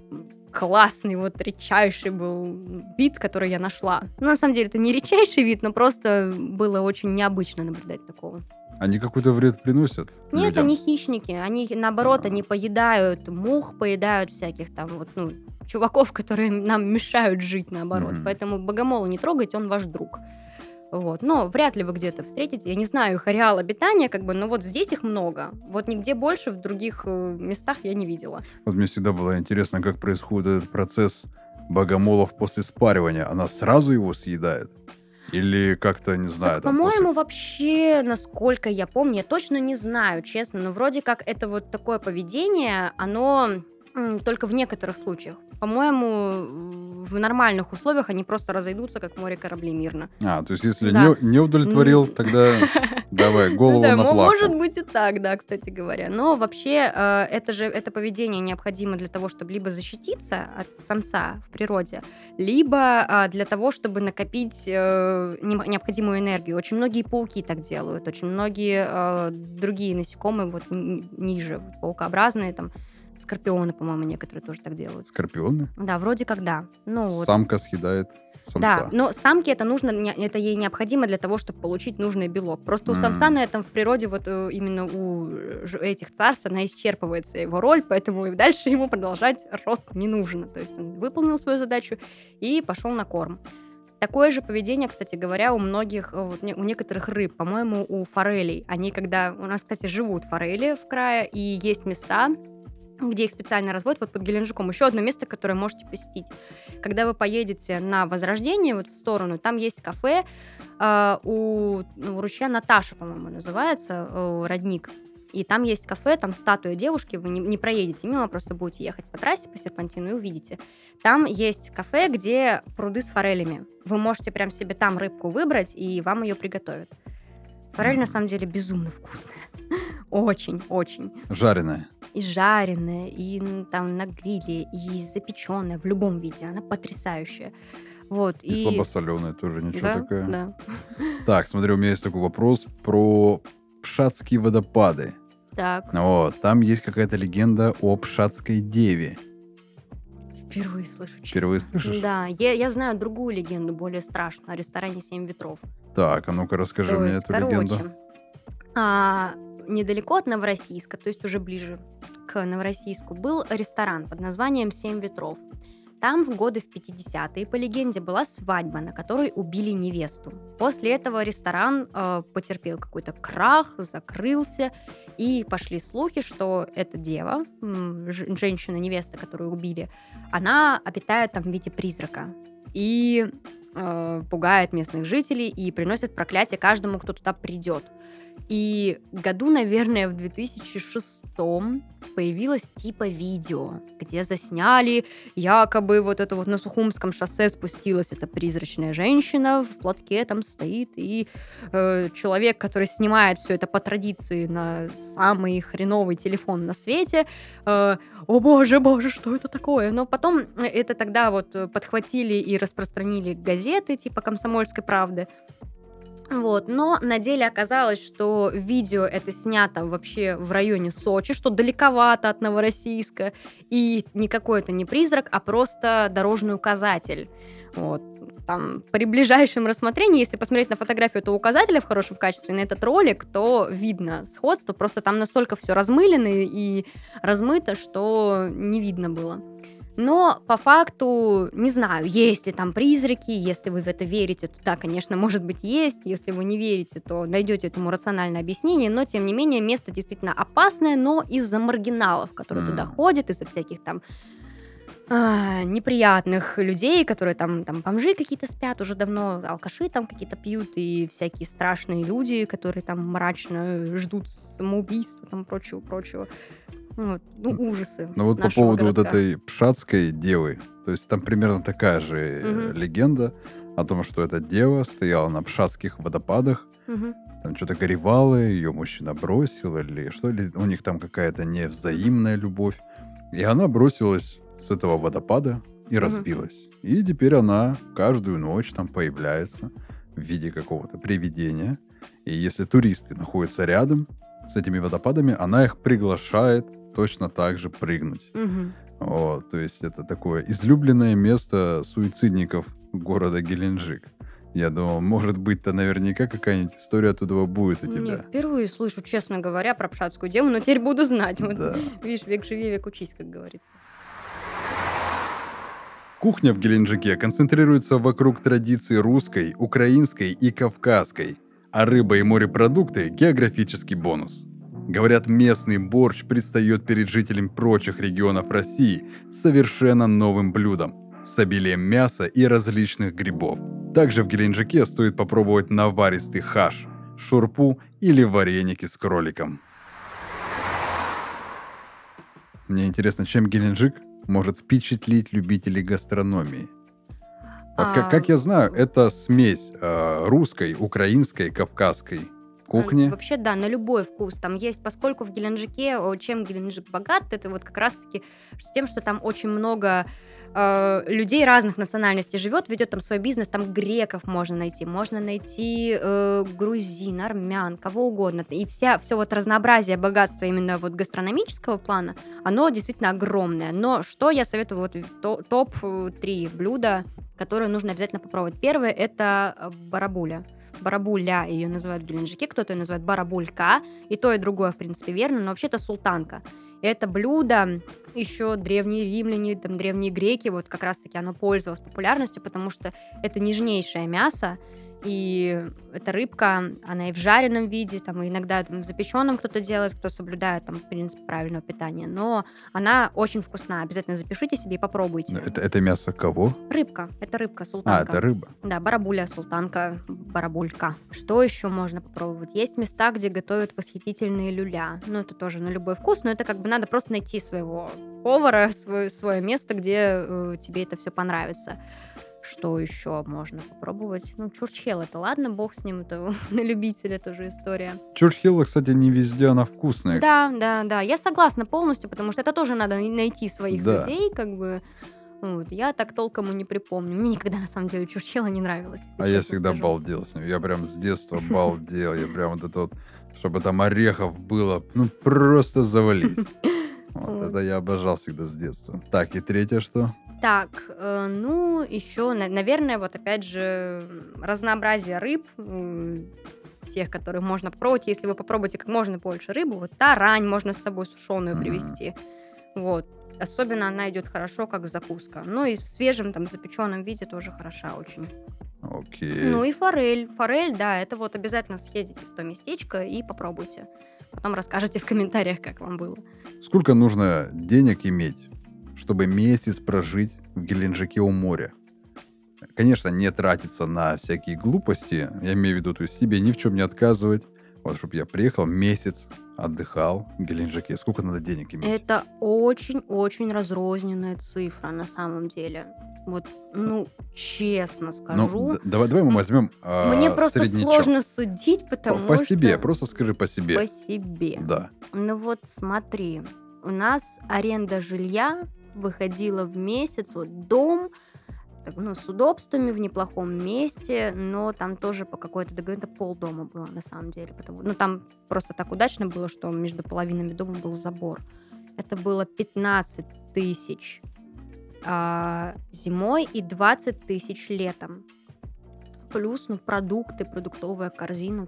классный, вот редчайший был вид, который я нашла. Ну, на самом деле, это не редчайший вид, но просто было очень необычно наблюдать такого. Они какой-то вред приносят? Нет, людям? они хищники. Они, наоборот, они поедают мух, поедают всяких там вот, чуваков, которые нам мешают жить, наоборот. Поэтому богомола не трогайте, он ваш друг. Вот. Но вряд ли вы где-то встретите. Я не знаю их ареал обитания, но вот здесь их много. Вот нигде больше, в других местах я не видела. Вот мне всегда было интересно, как происходит этот процесс богомолов после спаривания. Она сразу его съедает? Или как-то, не знаю... Так, по-моему, вообще, насколько я помню, я точно не знаю, честно, но вроде как это вот такое поведение, оно Только в некоторых случаях. По-моему, в нормальных условиях они просто разойдутся, как море кораблей мирно. То есть если Да. не удовлетворил, тогда давай голову Да, на плаху. может быть и так, да, кстати говоря. Но вообще это поведение необходимо для того, чтобы либо защититься от самца в природе, либо для того, чтобы накопить необходимую энергию. Очень многие пауки так делают, очень многие другие насекомые, вот ниже, паукообразные, там, скорпионы, по-моему, некоторые тоже так делают. Скорпионы? Да, вроде как да. Ну, вот. Самка съедает самца. Да, но самке это нужно, это ей необходимо для того, чтобы получить нужный белок. Просто у самца на этом в природе, вот именно у этих царств, она исчерпывается его роль, поэтому и дальше ему продолжать род не нужно. То есть он выполнил свою задачу и пошел на корм. Такое же поведение, кстати говоря, у многих, у некоторых рыб, по-моему, у форелей. Они когда... У нас, кстати, живут форели в крае, и есть места, где их специально разводят, вот под Геленджиком. Еще одно место, которое можете посетить. Когда вы поедете на Возрождение, вот в сторону, там есть кафе у ручья Наташа, по-моему, называется, родник. И там есть кафе, там статуя девушки, вы не проедете мимо, просто будете ехать по трассе, по серпантину и увидите. Там есть кафе, где пруды с форелями. Вы можете прям себе там рыбку выбрать, и вам ее приготовят. Форель, на самом деле, безумно вкусная. Очень-очень. Жареная. И жареная, и там на гриле, и запеченная в любом виде. Она потрясающая. Вот, и слабосоленая тоже, ничего да, такое. Да. Так, смотри, у меня есть такой вопрос про Пшатские водопады. Так. Вот, там есть какая-то легенда о Пшатской деве. Впервые слышу, честно. Впервые слышишь? Да, я знаю другую легенду, более страшную, о ресторане «Семь ветров». Так, а ну-ка расскажи мне эту легенду. Недалеко от Новороссийска, то есть уже ближе к Новороссийску, был ресторан под названием «Семь ветров». Там в годы в 50-е, по легенде, была свадьба, на которой убили невесту. После этого ресторан потерпел какой-то крах, закрылся, и пошли слухи, что эта дева, женщина-невеста, которую убили, она обитает там в виде призрака. И пугает местных жителей и приносит проклятие каждому, кто туда придет. И году, наверное, в 2006-м появилось типа видео, где засняли якобы вот это вот на Сухумском шоссе спустилась эта призрачная женщина, в платке там стоит, и человек, который снимает все это по традиции на самый хреновый телефон на свете, о боже, что это такое? Но потом это тогда вот подхватили и распространили газеты типа «Комсомольской правды». Вот. Но на деле оказалось, что видео это снято вообще в районе Сочи, что далековато от Новороссийска, и никакой это не призрак, а просто дорожный указатель. Вот. Там, при ближайшем рассмотрении, если посмотреть на фотографию этого указателя в хорошем качестве, на этот ролик, то видно сходство, просто там настолько все размылено и размыто, что не видно было. Но по факту, не знаю, есть ли там призраки, если вы в это верите, то да, конечно, может быть, есть. Если вы не верите, то найдете этому рациональное объяснение, но, тем не менее, место действительно опасное, но из-за маргиналов, которые туда ходят, из-за всяких там неприятных людей, которые там бомжи какие-то спят уже давно, алкаши там какие-то пьют, и всякие страшные люди, которые там мрачно ждут самоубийства, там прочего. Вот. Ну, ужасы. Ну вот по поводу вот этой Пшатской девы, то есть там примерно такая же легенда о том, что эта дева стояла на Пшатских водопадах, там что-то горевала, ее мужчина бросил, или что, или у них там какая-то невзаимная любовь, и она бросилась с этого водопада и разбилась. И теперь она каждую ночь там появляется в виде какого-то привидения, и если туристы находятся рядом с этими водопадами, она их приглашает точно так же прыгнуть. Вот, то есть это такое излюбленное место суицидников города Геленджик. Я думал, может быть-то наверняка какая-нибудь история оттуда будет у тебя. Не, впервые слышу, честно говоря, про Пшатскую деву, но теперь буду знать. Да. Вот, видишь, век живи, век учись, как говорится. Кухня в Геленджике концентрируется вокруг традиций русской, украинской и кавказской, а рыба и морепродукты – географический бонус. Говорят, местный борщ предстает перед жителями прочих регионов России совершенно новым блюдом – с обилием мяса и различных грибов. Также в Геленджике стоит попробовать наваристый хаш, шурпу или вареники с кроликом. Мне интересно, чем Геленджик может впечатлить любителей гастрономии? Как я знаю, это смесь русской, украинской, кавказской кухни. Вообще, да, на любой вкус. Там есть, поскольку в Геленджике, чем Геленджик богат, это вот как раз-таки с тем, что там очень много людей разных национальностей живет, ведет там свой бизнес, там греков можно найти грузин, армян, кого угодно. И все вот разнообразие, богатство именно вот гастрономического плана, оно действительно огромное. Но что я советую, вот топ-3 блюда, которые нужно обязательно попробовать. Первое — это барабуля. Барабуля ее называют в Геленджике, кто-то ее называет барабулька, и то, и другое, в принципе, верно, но вообще это султанка. Это блюдо еще древние римляне, там, древние греки, вот как раз-таки оно пользовалось популярностью, потому что это нежнейшее мясо, и эта рыбка, она и в жареном виде, там, и иногда там, в запеченном кто-то делает, кто соблюдает там, принцип правильного питания, но она очень вкусная. Обязательно запишите себе и попробуйте. Это мясо кого? Рыбка. Это рыбка, султанка. Это рыба. Да, барабуля, султанка, барабулька. Что еще можно попробовать? Есть места, где готовят восхитительные люля. Ну, это тоже на любой вкус, но это как бы надо просто найти своего повара, свое место, где тебе это все понравится. Что еще можно попробовать? Ну, чурчхел, это ладно, бог с ним, это на любителя тоже история. Чурчхела, кстати, не везде она вкусная. Да, я согласна полностью, потому что это тоже надо найти своих людей, как бы. Вот. Я так толком и не припомню. Мне никогда, на самом деле, чурчхела не нравилась. Я всегда балдел с ним. Я прям с детства балдел. Я прям вот это вот, чтобы там орехов было, ну, просто завались. Вот это я обожал всегда с детства. Так, и третье что? Так, ну, еще, наверное, вот опять же, разнообразие рыб, всех, которые можно попробовать. Если вы попробуете как можно больше рыбы, вот тарань можно с собой сушеную привезти. Вот. Особенно она идет хорошо, как закуска. Ну, и в свежем, там, запеченном виде тоже хороша очень. Окей. Ну, и форель. Форель, да, это вот обязательно съездите в то местечко и попробуйте. Потом расскажете в комментариях, как вам было. Сколько нужно денег иметь, чтобы месяц прожить в Геленджике у моря? Конечно, не тратиться на всякие глупости. Я имею в виду, то есть себе ни в чем не отказывать. Вот, чтобы я приехал, месяц отдыхал в Геленджике. Сколько надо денег иметь? Это очень-очень разрозненная цифра на самом деле. Вот, ну, честно скажу. Ну, давай мы возьмем Мне просто среднячок. сложно судить, потому по что... себе, просто скажи по себе. По себе. Да. Ну вот смотри, у нас аренда жилья выходила в месяц, вот дом, так, ну, с удобствами в неплохом месте, но там тоже по какой-то договоренности полдома было на самом деле. Ну, там просто так удачно было, что между половинами дома был забор. Это было 15 тысяч зимой и 20 тысяч летом. Плюс, ну, продукты, продуктовая корзина.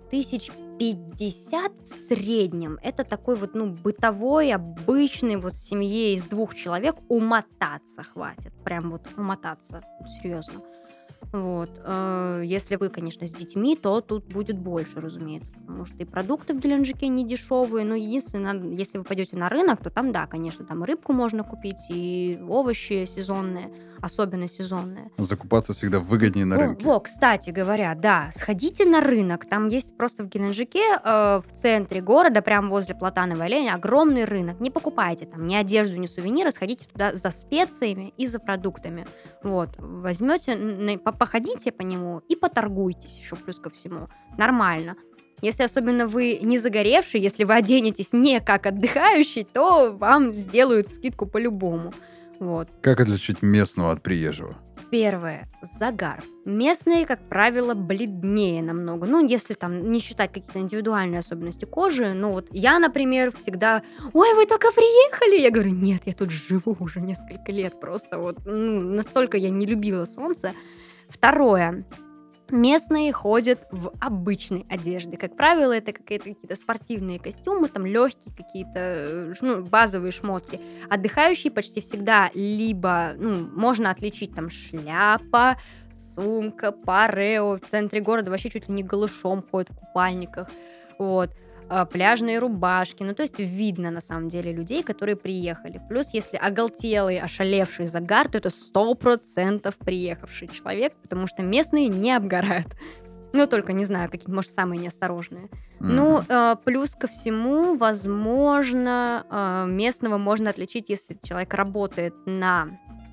1050 в среднем. Это такой вот, ну, бытовой, обычный, вот в семье из 2 человек умотаться хватит. Прям вот умотаться. Серьезно. Вот. Если вы, конечно, с детьми, то тут будет больше, разумеется, потому что и продукты в Геленджике не дешевые, но единственное, если вы пойдете на рынок, то там, да, конечно, там и рыбку можно купить, и овощи сезонные, особенно сезонные. Закупаться всегда выгоднее на рынке. Кстати говоря, да, сходите на рынок, там есть просто в Геленджике, в центре города, прямо возле Платановой аллеи, огромный рынок. Не покупайте там ни одежду, ни сувениры, сходите туда за специями и за продуктами. Вот, возьмете, походите по нему и поторгуйтесь еще плюс ко всему. Нормально. Если особенно вы не загоревший, если вы оденетесь не как отдыхающий, то вам сделают скидку по-любому. Вот. Как отличить местного от приезжего? Первое. Загар. Местные, как правило, бледнее намного. Ну, если там не считать какие-то индивидуальные особенности кожи. Ну, вот я, например, всегда... Ой, вы только приехали! Я говорю, нет, я тут живу уже несколько лет. Просто вот настолько я не любила солнце. Второе. Местные ходят в обычной одежде. Как правило, это какие-то спортивные костюмы, там легкие какие-то, базовые шмотки. Отдыхающие почти всегда либо, можно отличить там шляпа, сумка, парео. В центре города вообще чуть ли не голышом ходят в купальниках. Вот. Пляжные рубашки. Ну, то есть видно, на самом деле, людей, которые приехали. Плюс, если оголтелый, ошалевший загар, то это 100% приехавший человек, потому что местные не обгорают. Ну, только не знаю, какие, может, самые неосторожные. Ну, Мгм. плюс ко всему, возможно, местного можно отличить, если человек работает на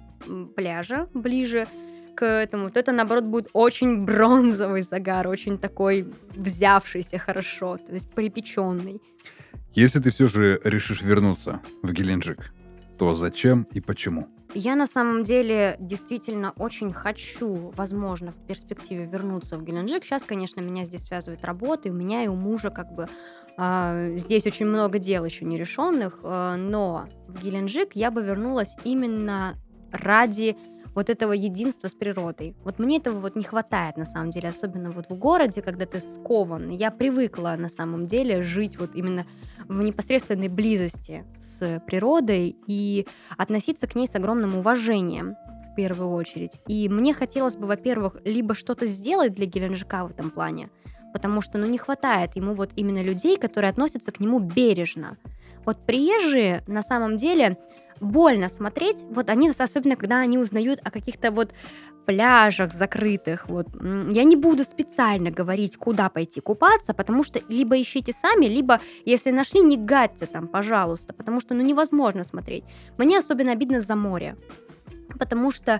пляже ближе к этому, то это, наоборот, будет очень бронзовый загар, очень такой взявшийся хорошо, то есть припеченный. Если ты все же решишь вернуться в Геленджик, то зачем и почему? Я на самом деле действительно очень хочу, возможно, в перспективе вернуться в Геленджик. Сейчас, конечно, меня здесь связывает работа, и у меня, и у мужа как бы здесь очень много дел еще нерешенных, но в Геленджик я бы вернулась именно ради вот этого единства с природой. Вот мне этого вот не хватает, на самом деле, особенно вот в городе, когда ты скован. Я привыкла, на самом деле, жить вот именно в непосредственной близости с природой и относиться к ней с огромным уважением в первую очередь. И мне хотелось бы, во-первых, либо что-то сделать для Геленджика в этом плане, потому что, ну, не хватает ему вот именно людей, которые относятся к нему бережно. Вот приезжие, на самом деле, больно смотреть, вот они, особенно когда они узнают о каких-то вот пляжах закрытых, вот. Я не буду специально говорить, куда пойти купаться, потому что либо ищите сами, либо, если нашли, не гадьте там, пожалуйста, потому что, ну, невозможно смотреть. Мне особенно обидно за море, потому что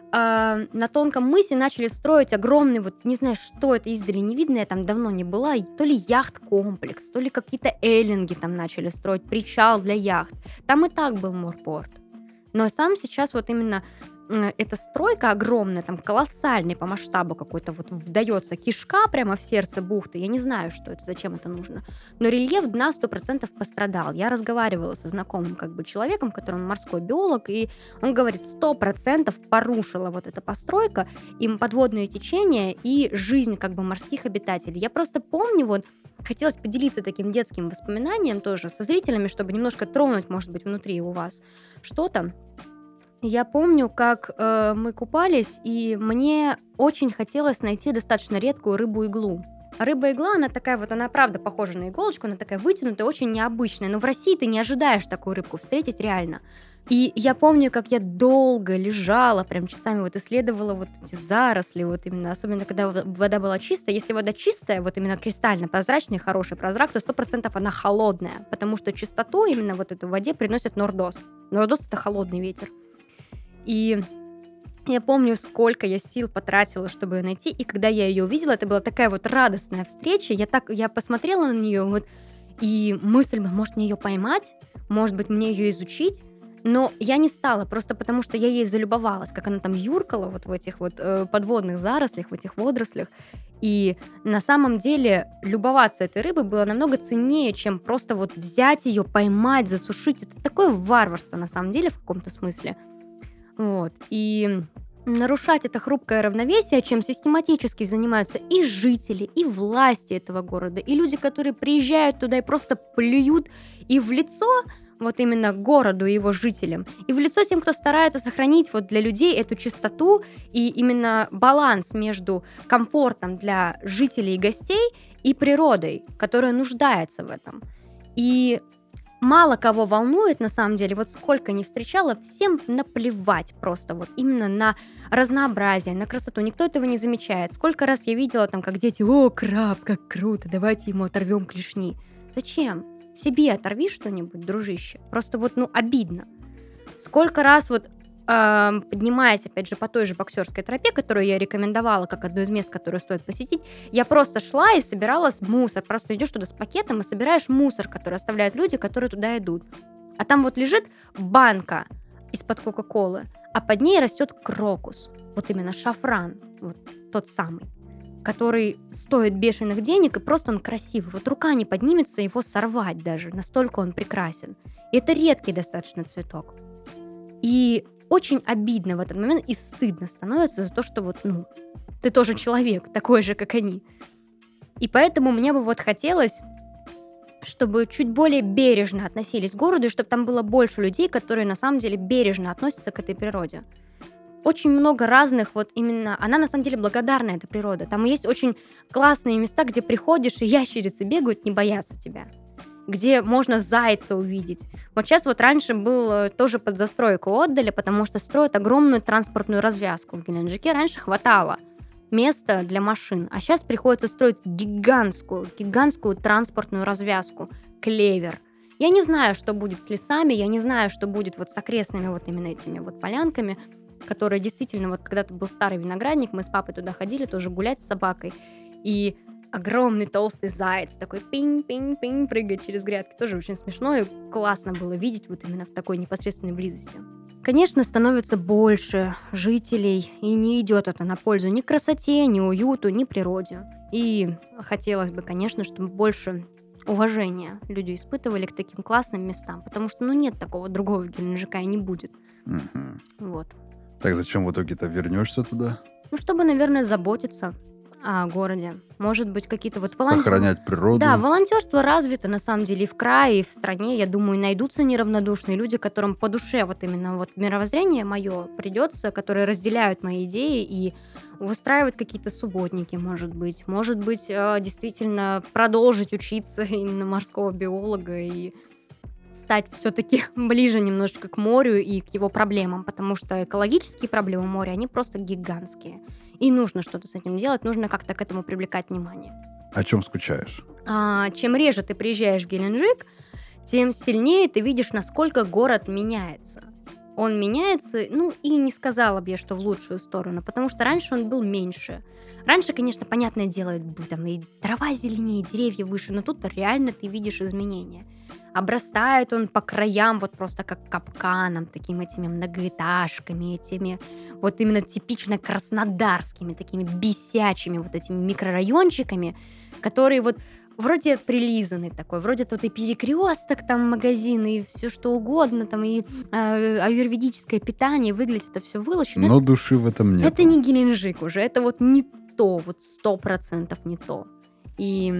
на Тонком мысе начали строить огромный, вот не знаю, что это издали не видно, я там давно не была, то ли яхт-комплекс, то ли какие-то эллинги там начали строить, причал для яхт. Там и так был морпорт. Но сам сейчас вот именно эта стройка огромная, там колоссальный по масштабу какой-то, вот вдается кишка прямо в сердце бухты. Я не знаю, что это, зачем это нужно. Но рельеф дна 100% пострадал. Я разговаривала со знакомым как бы человеком, который морской биолог, и он говорит, 100% порушила вот эта постройка, им подводные течения и жизнь как бы морских обитателей. Я просто помню, вот хотелось поделиться таким детским воспоминанием тоже со зрителями, чтобы немножко тронуть, может быть, внутри у вас что-то. Я помню, как мы купались, и мне очень хотелось найти достаточно редкую рыбу-иглу. Рыба-игла, она такая вот, она правда похожа на иголочку, она такая вытянутая, очень необычная. Но в России ты не ожидаешь такую рыбку встретить реально. И я помню, как я долго лежала, прям часами вот исследовала вот эти заросли, вот именно, особенно когда вода была чистая. Если вода чистая, вот именно кристально прозрачный, хороший прозрак, то 100% она холодная, потому что чистоту именно вот эту в воде приносит нордост. Нордост — это холодный ветер. И я помню, сколько я сил потратила, чтобы ее найти, и когда я ее увидела, это была такая вот радостная встреча. Я посмотрела на нее, вот, и мысль была, может, мне ее поймать, может быть, мне ее изучить. Но я не стала, просто потому что я ей залюбовалась, как она там юркала вот в этих вот подводных зарослях, в этих водорослях. И на самом деле любоваться этой рыбой было намного ценнее, чем просто вот взять ее, поймать, засушить. Это такое варварство на самом деле в каком-то смысле. Вот. И нарушать это хрупкое равновесие, чем систематически занимаются и жители, и власти этого города, и люди, которые приезжают туда и просто плюют и в лицо вот именно городу и его жителям, и в лицо тем, кто старается сохранить вот для людей эту чистоту и именно баланс между комфортом для жителей и гостей и природой, которая нуждается в этом. И мало кого волнует, на самом деле, вот сколько не встречала, всем наплевать просто вот именно на разнообразие, на красоту. Никто этого не замечает. Сколько раз я видела там, как дети, о, краб, как круто, давайте ему оторвем клешни. Зачем? Себе оторви что-нибудь, дружище. Просто вот, ну, обидно. Сколько раз вот поднимаясь, опять же, по той же боксерской тропе, которую я рекомендовала как одно из мест, которые стоит посетить, я просто шла и собирала мусор. Просто идешь туда с пакетом и собираешь мусор, который оставляют люди, которые туда идут. А там вот лежит банка из-под Кока-Колы, а под ней растет крокус. Вот именно шафран, вот тот самый, который стоит бешеных денег, и просто он красивый. Вот рука не поднимется его сорвать даже, настолько он прекрасен. И это редкий достаточно цветок. И очень обидно в этот момент и стыдно становится за то, что вот, ну, ты тоже человек, такой же, как они. И поэтому мне бы вот хотелось, чтобы чуть более бережно относились к городу, и чтобы там было больше людей, которые на самом деле бережно относятся к этой природе. Очень много разных, вот именно, она на самом деле благодарна, эта природа. Там есть очень классные места, где приходишь, и ящерицы бегают, не боятся тебя. Где можно зайца увидеть. Вот сейчас вот раньше был тоже под застройку отдали, потому что строят огромную транспортную развязку в Геленджике. Раньше хватало место для машин. А сейчас приходится строить гигантскую транспортную развязку. Клевер. Я не знаю, что будет с лесами, я не знаю, что будет вот с окрестными вот именно этими вот полянками, которые действительно, вот когда-то был старый виноградник, мы с папой туда ходили тоже гулять с собакой, и огромный толстый заяц такой пинь-пинь-пинь прыгает через грядки. Тоже очень смешно и классно было видеть вот именно в такой непосредственной близости. Конечно, становится больше жителей, и не идет это на пользу ни красоте, ни уюту, ни природе. И хотелось бы, конечно, чтобы больше уважения люди испытывали к таким классным местам, потому что, нет такого другого Геленджика и не будет. Мгм. Вот. Так зачем в итоге-то вернешься туда? Чтобы, наверное, заботиться о городе. Может быть, какие-то вот волонтеры. Сохранять природу? Да, волонтерство развито, на самом деле, и в крае, и в стране. Я думаю, найдутся неравнодушные люди, которым по душе вот именно вот мировоззрение мое придется, которые разделяют мои идеи и выстраивают какие-то субботники, может быть. Может быть, действительно продолжить учиться и на морского биолога, и стать все-таки ближе немножечко к морю и к его проблемам, потому что экологические проблемы моря, они просто гигантские. И нужно что-то с этим делать, нужно как-то к этому привлекать внимание. О чем скучаешь? Чем реже ты приезжаешь в Геленджик, тем сильнее ты видишь, насколько город меняется. Он меняется, и не сказала бы я, что в лучшую сторону, потому что раньше он был меньше. Раньше, конечно, понятное дело, там и трава зеленее, деревья выше, но тут реально ты видишь изменения. Обрастает он по краям вот просто как капканом, такими этими многоэтажками, этими вот именно типично краснодарскими, такими бесячими вот этими микрорайончиками, которые вот вроде прилизанный такой, вроде тут и перекресток, там магазины, и все что угодно, там и аюрведическое питание, выглядит это все вылочено. Но души в этом нет. Это не Геленджик уже, это вот не то, вот 100% не то. И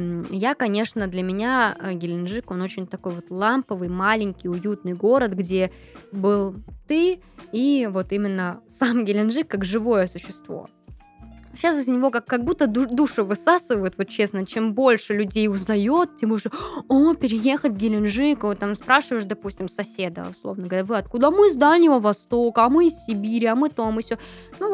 для меня Геленджик, он очень такой вот ламповый, маленький, уютный город, где был ты и вот именно сам Геленджик как живое существо. Сейчас из него как будто душу высасывают, вот честно. Чем больше людей узнает, тем больше переехать в Геленджик. Вот там спрашиваешь, допустим, соседа, условно говоря, вы откуда? Мы из Дальнего Востока, а мы из Сибири, а мы то, а мы сё.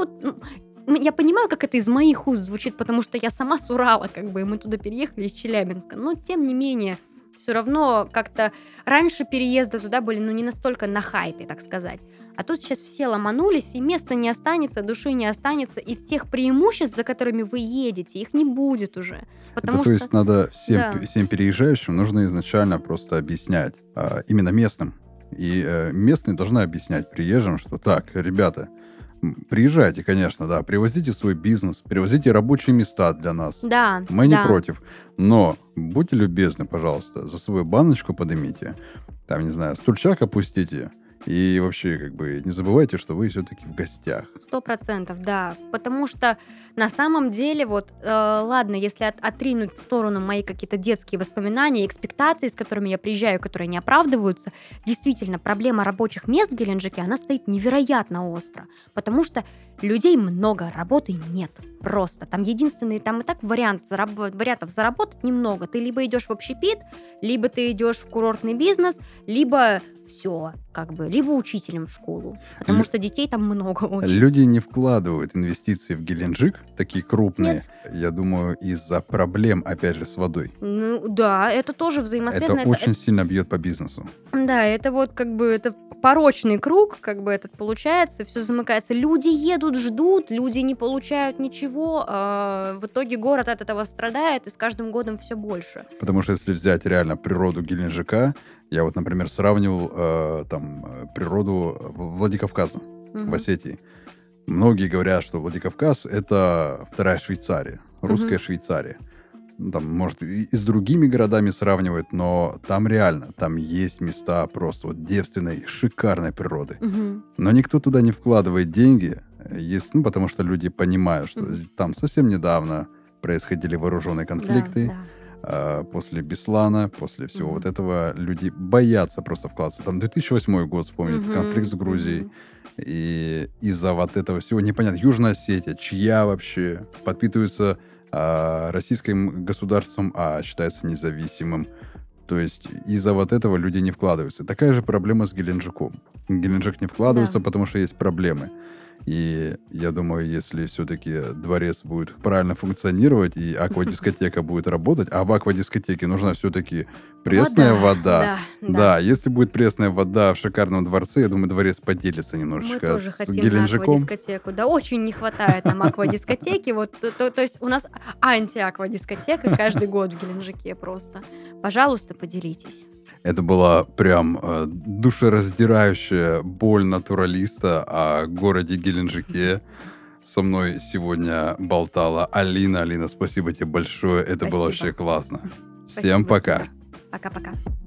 Я понимаю, как это из моих уст звучит, потому что я сама с Урала, и мы туда переехали из Челябинска. Но, тем не менее, все равно как-то раньше переезды туда были, не настолько на хайпе, так сказать. А тут сейчас все ломанулись, и места не останется, души не останется, и тех преимуществ, за которыми вы едете, их не будет уже. То есть надо всем переезжающим нужно изначально просто объяснять, именно местным. И местные должны объяснять приезжим, что так, ребята, приезжайте, конечно, да, привозите свой бизнес, привозите рабочие места для нас. Да. Мы не против. Но будьте любезны, пожалуйста, за свою баночку поднимите, там, не знаю, стульчак опустите. И вообще, не забывайте, что вы все-таки в гостях. 100%, да. Потому что на самом деле, ладно, если отринуть в сторону мои какие-то детские воспоминания, экспектации, с которыми я приезжаю, которые не оправдываются, действительно, проблема рабочих мест в Геленджике, она стоит невероятно остро. Потому что людей много, работы нет. Просто. Там единственный, там и так вариантов заработать немного. Ты либо идешь в общепит, либо ты идешь в курортный бизнес, либо все, либо учителем в школу. Потому что детей там много очень. Люди не вкладывают инвестиции в Геленджик, такие крупные, Нет. Я думаю, из-за проблем, опять же, с водой. Да, это тоже взаимосвязано. Это очень сильно бьет по бизнесу. Да, это это порочный круг, этот получается, все замыкается. Люди едут, ждут, люди не получают ничего, в итоге город от этого страдает, и с каждым годом все больше. Потому что если взять реально природу Геленджика, я например, сравнивал природу Владикавказа в Осетии. Многие говорят, что Владикавказ — это вторая Швейцария, русская Швейцария. Там, может, и с другими городами сравнивают, но там реально, там есть места просто девственной, шикарной природы. Но никто туда не вкладывает деньги, потому что люди понимают, что там совсем недавно происходили вооруженные конфликты. После Беслана, после всего этого люди боятся просто вкладываться. Там 2008 год, вспомнить, конфликт с Грузией. И из-за этого всего непонятно. Южная Осетия, чья вообще, подпитывается российским государством, а считается независимым. То есть из-за этого люди не вкладываются. Такая же проблема с Геленджиком. Геленджик не вкладывается, потому что есть проблемы. И я думаю, если все-таки дворец будет правильно функционировать и аквадискотека будет работать, а в аквадискотеке нужна все-таки пресная вода. Да, да. Да, если будет пресная вода в шикарном дворце, я думаю, дворец поделится Мы немножечко тоже с хотим на Геленджиком. аквадискотеку. Да, очень не хватает нам аквадискотеки. Вот, то есть у нас анти-аквадискотека каждый год в Геленджике просто. Пожалуйста, поделитесь. Это была прям душераздирающая боль натуралиста о городе Геленджике. Со мной сегодня болтала Алина. Алина, спасибо тебе большое. Это было Спасибо. вообще классно. Спасибо, Всем пока. супер. Пока-пока.